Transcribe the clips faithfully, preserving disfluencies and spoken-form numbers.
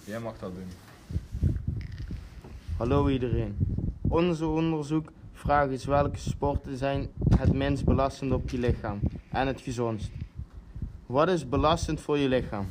Jij mag dat doen. Hallo iedereen. Onze onderzoek vraagt is welke sporten zijn het minst belastend op je lichaam en het gezondst. Wat is belastend voor je lichaam?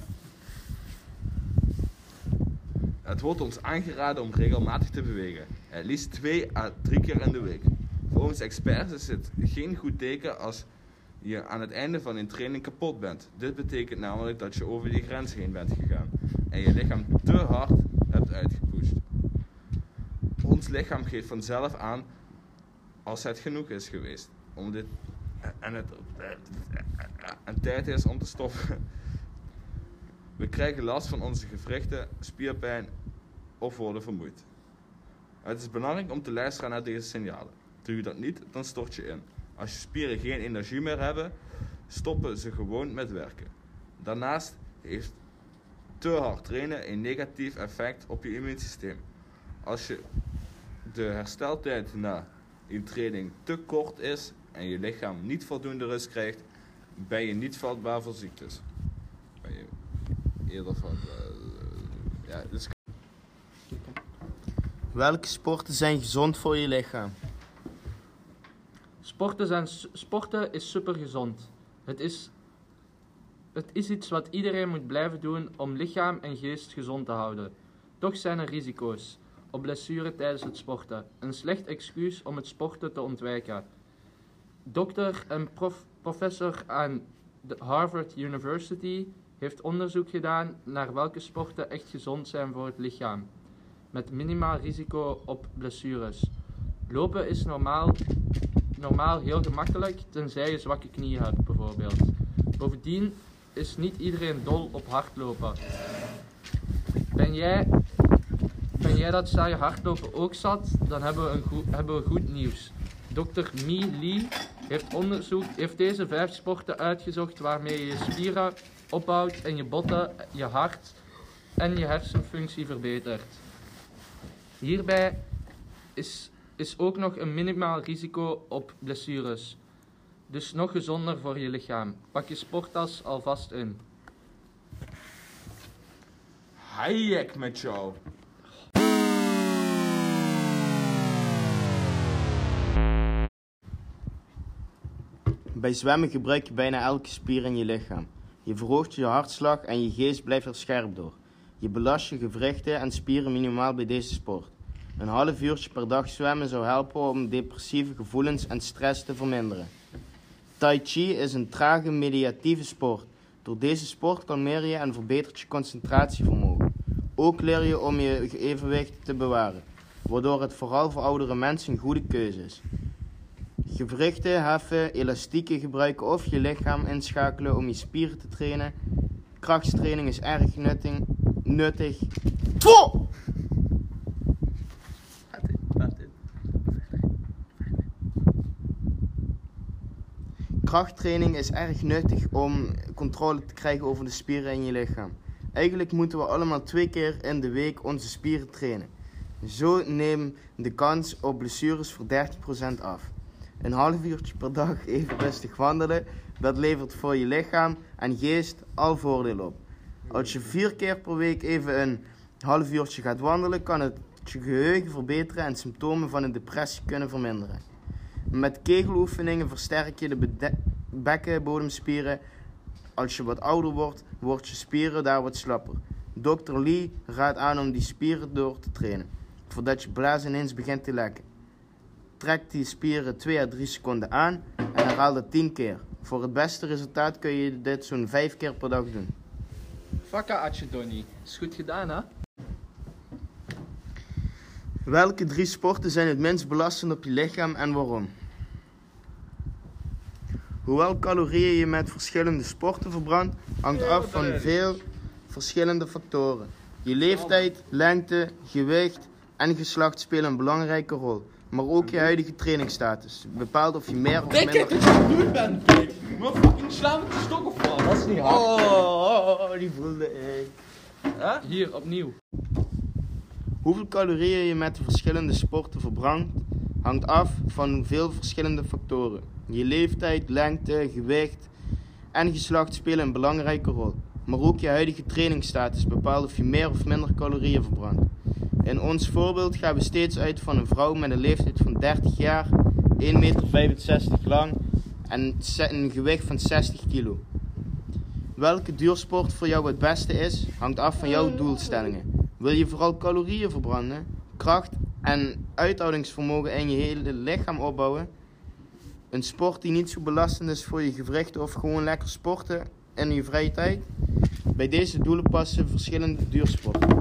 Het wordt ons aangeraden om regelmatig te bewegen, het liefst twee à drie keer in de week. Volgens experts is het geen goed teken als je aan het einde van een training kapot bent. Dit betekent namelijk dat je over die grens heen bent gegaan en je lichaam te hard hebt uitgepusht. Ons lichaam geeft vanzelf aan als het genoeg is geweest om dit, en het en tijd is om te stoppen. We krijgen last van onze gewrichten, spierpijn of worden vermoeid. Het is belangrijk om te luisteren naar deze signalen. Doe je dat niet, dan stort je in. Als je spieren geen energie meer hebben, stoppen ze gewoon met werken. Daarnaast heeft te hard trainen een negatief effect op je immuunsysteem. Als je de hersteltijd na een training te kort is en je lichaam niet voldoende rust krijgt, ben je niet vatbaar voor ziektes. Ben je eerder van, uh, ja, dus... Welke sporten zijn gezond voor je lichaam? Sporten, zijn, sporten is super gezond. Het is, het is iets wat iedereen moet blijven doen om lichaam en geest gezond te houden. Toch zijn er risico's op blessure tijdens het sporten. Een slecht excuus om het sporten te ontwijken. Dokter en prof, professor aan de Harvard University heeft onderzoek gedaan naar welke sporten echt gezond zijn voor het lichaam, met minimaal risico op blessures. Lopen is normaal, normaal heel gemakkelijk, tenzij je zwakke knieën hebt bijvoorbeeld. Bovendien is niet iedereen dol op hardlopen. Ben jij, ben jij dat saaie hardlopen ook zat? Dan hebben we, een goed, hebben we goed nieuws. dokter Mi Lee heeft, onderzoek, heeft deze vijf sporten uitgezocht waarmee je je spieren opbouwt en je botten, je hart en je hersenfunctie verbetert. Hierbij is, is ook nog een minimaal risico op blessures. Dus nog gezonder voor je lichaam. Pak je sporttas alvast in. Hayek met jou. Bij zwemmen gebruik je bijna elke spier in je lichaam. Je verhoogt je hartslag en je geest blijft er scherp door. Je belast je gewrichten en spieren minimaal bij deze sport. Een half uurtje per dag zwemmen zou helpen om depressieve gevoelens en stress te verminderen. Tai Chi is een trage meditatieve sport. Door deze sport kalmeer je en verbetert je concentratievermogen. Ook leer je om je evenwicht te bewaren, waardoor het vooral voor oudere mensen een goede keuze is. Gewrichten heffen, elastieken gebruiken of je lichaam inschakelen om je spieren te trainen. Krachttraining is erg nuttig. nuttig. Pfoh! Krachttraining is erg nuttig om controle te krijgen over de spieren in je lichaam. Eigenlijk moeten we allemaal twee keer in de week onze spieren trainen. Zo neemt de kans op blessures voor dertig procent af. Een half uurtje per dag even rustig wandelen, dat levert voor je lichaam en geest al voordeel op. Als je vier keer per week even een half uurtje gaat wandelen, kan het je geheugen verbeteren en symptomen van een depressie kunnen verminderen. Met kegeloefeningen versterk je de bede- bekkenbodemspieren. Als je wat ouder wordt, wordt je spieren daar wat slapper. dokter Lee raadt aan om die spieren door te trainen, voordat je blaas ineens begint te lekken. Trek die spieren twee à drie seconden aan en herhaal dat tien keer. Voor het beste resultaat kun je dit zo'n vijf keer per dag doen. Fakka Atje Donnie. Is goed gedaan, hè? Welke drie sporten zijn het minst belastend op je lichaam en waarom? Hoewel calorieën je met verschillende sporten verbrandt, hangt af van veel verschillende factoren. Je leeftijd, lengte, gewicht en geslacht spelen een belangrijke rol. Maar ook je huidige trainingsstatus bepaalt of je meer of Kijk, minder... kijk wat je aan het doen bent, kijk. Maar fucking slaan met de stok of wat? Dat is niet hard. Oh, oh, die voelde ik. Huh? Hier, opnieuw. Hoeveel calorieën je met de verschillende sporten verbrandt, hangt af van veel verschillende factoren. Je leeftijd, lengte, gewicht en geslacht spelen een belangrijke rol. maar ook je huidige trainingsstatus bepaalt of je meer of minder calorieën verbrandt. In ons voorbeeld gaan we steeds uit van een vrouw met een leeftijd van dertig jaar, één meter vijfenzestig lang en een gewicht van zestig kilo. Welke duursport voor jou het beste is, hangt af van jouw doelstellingen. Wil je vooral calorieën verbranden, kracht en uithoudingsvermogen in je hele lichaam opbouwen? Een sport die niet zo belastend is voor je gewrichten of gewoon lekker sporten in je vrije tijd? Bij deze doelen passen verschillende duursporten.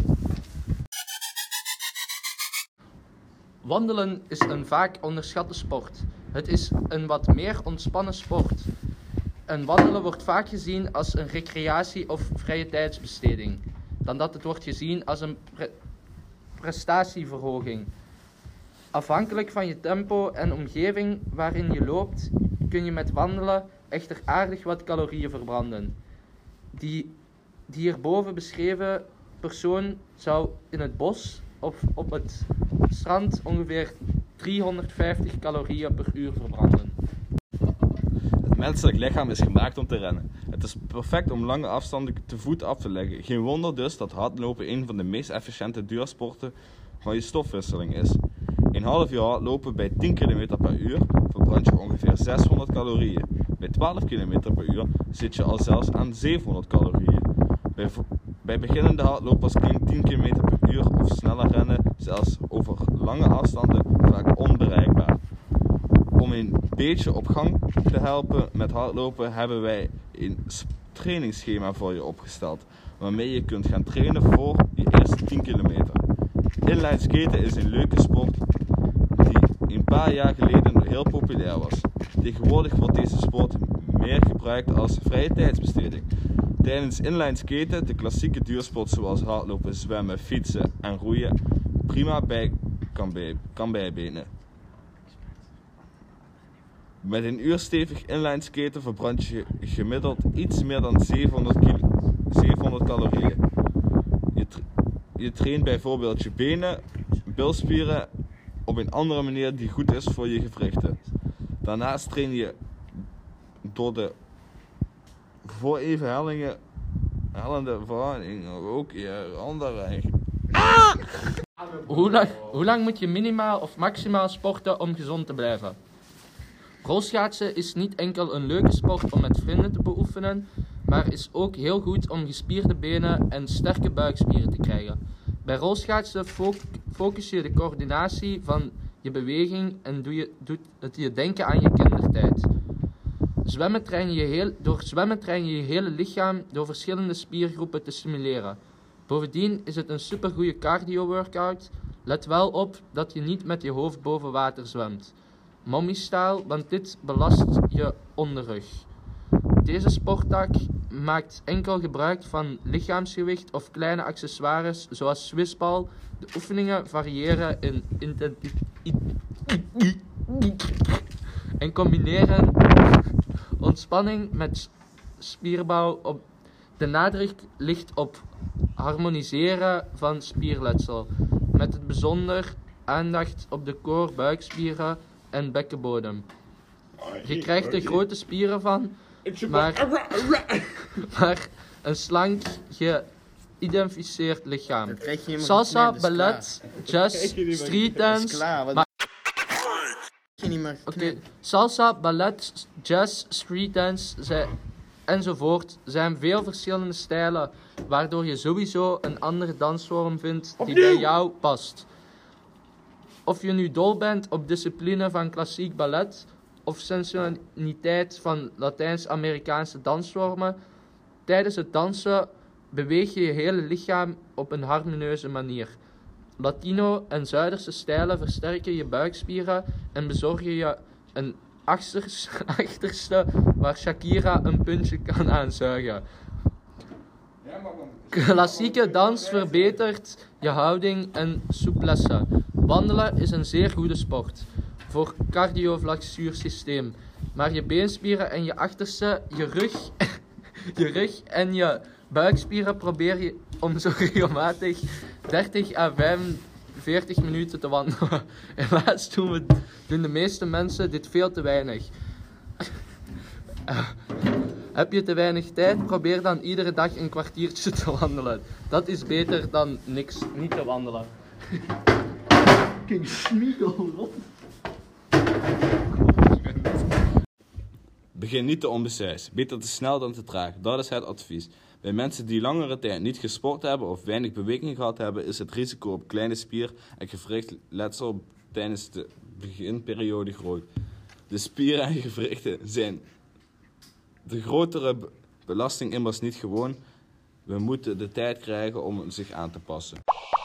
Wandelen is een vaak onderschatte sport. Het is een wat meer ontspannen sport. En wandelen wordt vaak gezien als een recreatie of vrije tijdsbesteding, dan dat het wordt gezien als een pre- prestatieverhoging. Afhankelijk van je tempo en omgeving waarin je loopt, kun je met wandelen echter aardig wat calorieën verbranden. Die, die hierboven beschreven persoon zou in het bos of op het strand ongeveer driehonderdvijftig calorieën per uur verbranden. Het menselijk lichaam is gemaakt om te rennen. Het is perfect om lange afstanden te voet af te leggen. Geen wonder dus dat hardlopen een van de meest efficiënte duursporten van je stofwisseling is. Een half jaar lopen bij tien kilometer per uur verbrand je ongeveer zeshonderd calorieën. Bij twaalf kilometer per uur zit je al zelfs aan zevenhonderd calorieën. Bij, bij beginnende hardlopers klinkt tien kilometer per uur of sneller rennen zelfs over lange afstanden vaak onbereikbaar. Om een beetje op gang te helpen met hardlopen hebben wij een trainingsschema voor je opgesteld, waarmee je kunt gaan trainen voor je eerste tien kilometer. Inline skaten is een leuke sport die een paar jaar geleden heel populair was. Tegenwoordig wordt deze sport meer gebruikt als vrije tijdsbesteding. Tijdens inline skaten, de klassieke duursport zoals hardlopen, zwemmen, fietsen en roeien, prima bij kan, bij, kan bijbenen. Met een uur stevig inline skaten verbrand je gemiddeld iets meer dan zevenhonderd, kilo, zevenhonderd calorieën. Je, tra- je traint bijvoorbeeld je benen, bilspieren op een andere manier die goed is voor je gewrichten. Daarnaast train je door de voor even hellingen, hellende verhoudingen ook je andere. Ah! Hoe lang, hoe lang moet je minimaal of maximaal sporten om gezond te blijven? Rolschaatsen is niet enkel een leuke sport om met vrienden te beoefenen, maar is ook heel goed om gespierde benen en sterke buikspieren te krijgen. Bij rolschaatsen focus je de coördinatie van je beweging en doe je, doet het je denken aan je kindertijd. Zwemmen train je heel, door zwemmen train je je hele lichaam door verschillende spiergroepen te stimuleren. Bovendien is het een supergoeie cardio-workout. Let wel op dat je niet met je hoofd boven water zwemt. Mommy-style, want dit belast je onderrug. Deze sporttak maakt enkel gebruik van lichaamsgewicht of kleine accessoires zoals swissbal. De oefeningen variëren in intensiteit en combineren ontspanning met spierbouw. Op de nadruk ligt op harmoniseren van spierletsel, met het bijzonder aandacht op de core, buikspieren en bekkenbodem. Je krijgt er grote spieren van, maar, maar een slank geïdentificeerd lichaam. Salsa, ballet, jazz, streetdance. Okay. Salsa, ballet, jazz, streetdance zijn, enzovoort zijn veel verschillende stijlen, waardoor je sowieso een andere dansvorm vindt die bij jou past. Of je nu dol bent op discipline van klassiek ballet of sensualiteit van Latijns-Amerikaanse dansvormen, tijdens het dansen beweeg je je hele lichaam op een harmonieuze manier. Latino en Zuiderse stijlen versterken je buikspieren en bezorgen je een achterste waar Shakira een puntje kan aanzuigen. Klassieke dans verbetert je houding en souplesse. Wandelen is een zeer goede sport voor cardiovasculair, maar je beenspieren en je achterste, je rug, je rug en je buikspieren probeer je om zo regelmatig dertig à vijfenveertig minuten te wandelen. Helaas doen, we, doen de meeste mensen dit veel te weinig. Heb je te weinig tijd? Probeer dan iedere dag een kwartiertje te wandelen. Dat is beter dan niks, niet te wandelen. Kijk, smiegel rond. Begin niet te onbesuisd. Beter te snel dan te traag. Dat is het advies. Bij mensen die langere tijd niet gesport hebben of weinig beweging gehad hebben, is het risico op kleine spier- en gewrichtletsel tijdens de beginperiode groot. De spieren en gewrichten zijn de grotere be- belasting immers niet gewoon. We moeten de tijd krijgen om zich aan te passen.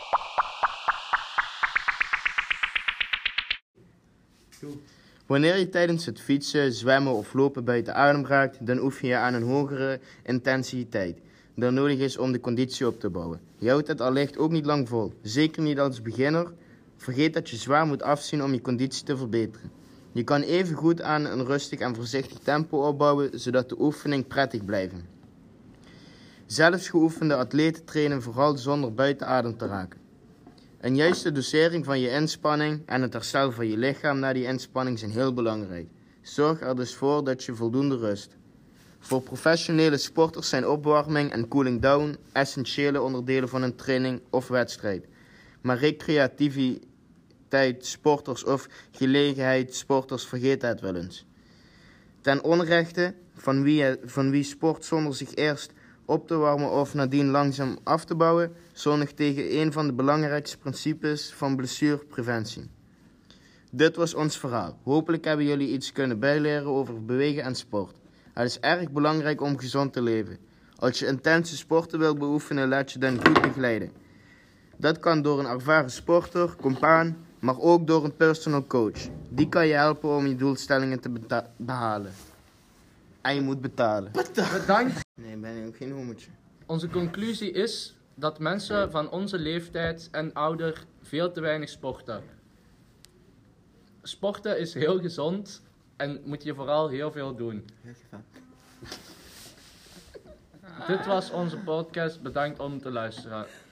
Wanneer je tijdens het fietsen, zwemmen of lopen buiten adem raakt, dan oefen je aan een hogere intensiteit dan nodig is om de conditie op te bouwen. Je houdt het allicht ook niet lang vol, zeker niet als beginner. Vergeet dat je zwaar moet afzien om je conditie te verbeteren. Je kan even goed aan een rustig en voorzichtig tempo opbouwen, zodat de oefening prettig blijft. Zelfs geoefende atleten trainen vooral zonder buiten adem te raken. Een juiste dosering van je inspanning en het herstel van je lichaam na die inspanning zijn heel belangrijk. Zorg er dus voor dat je voldoende rust. Voor professionele sporters zijn opwarming en cooling down essentiële onderdelen van een training of wedstrijd. Maar recreativiteit sporters of gelegenheidssporters vergeten het wel eens. Ten onrechte van wie, van wie sport zonder zich eerst op te warmen of nadien langzaam af te bouwen, zondigt tegen een van de belangrijkste principes van blessurepreventie. Dit was ons verhaal. Hopelijk hebben jullie iets kunnen bijleren over bewegen en sport. Het is erg belangrijk om gezond te leven. Als je intense sporten wilt beoefenen, laat je dan goed begeleiden. Dat kan door een ervaren sporter, compaan, maar ook door een personal coach. Die kan je helpen om je doelstellingen te beta- behalen. En je moet betalen. Bedankt. Nee, ik ben ook geen hommetje. Onze conclusie is dat mensen van onze leeftijd en ouder veel te weinig sporten. Sporten is heel gezond en moet je vooral heel veel doen. Dit was onze podcast. Bedankt om te luisteren.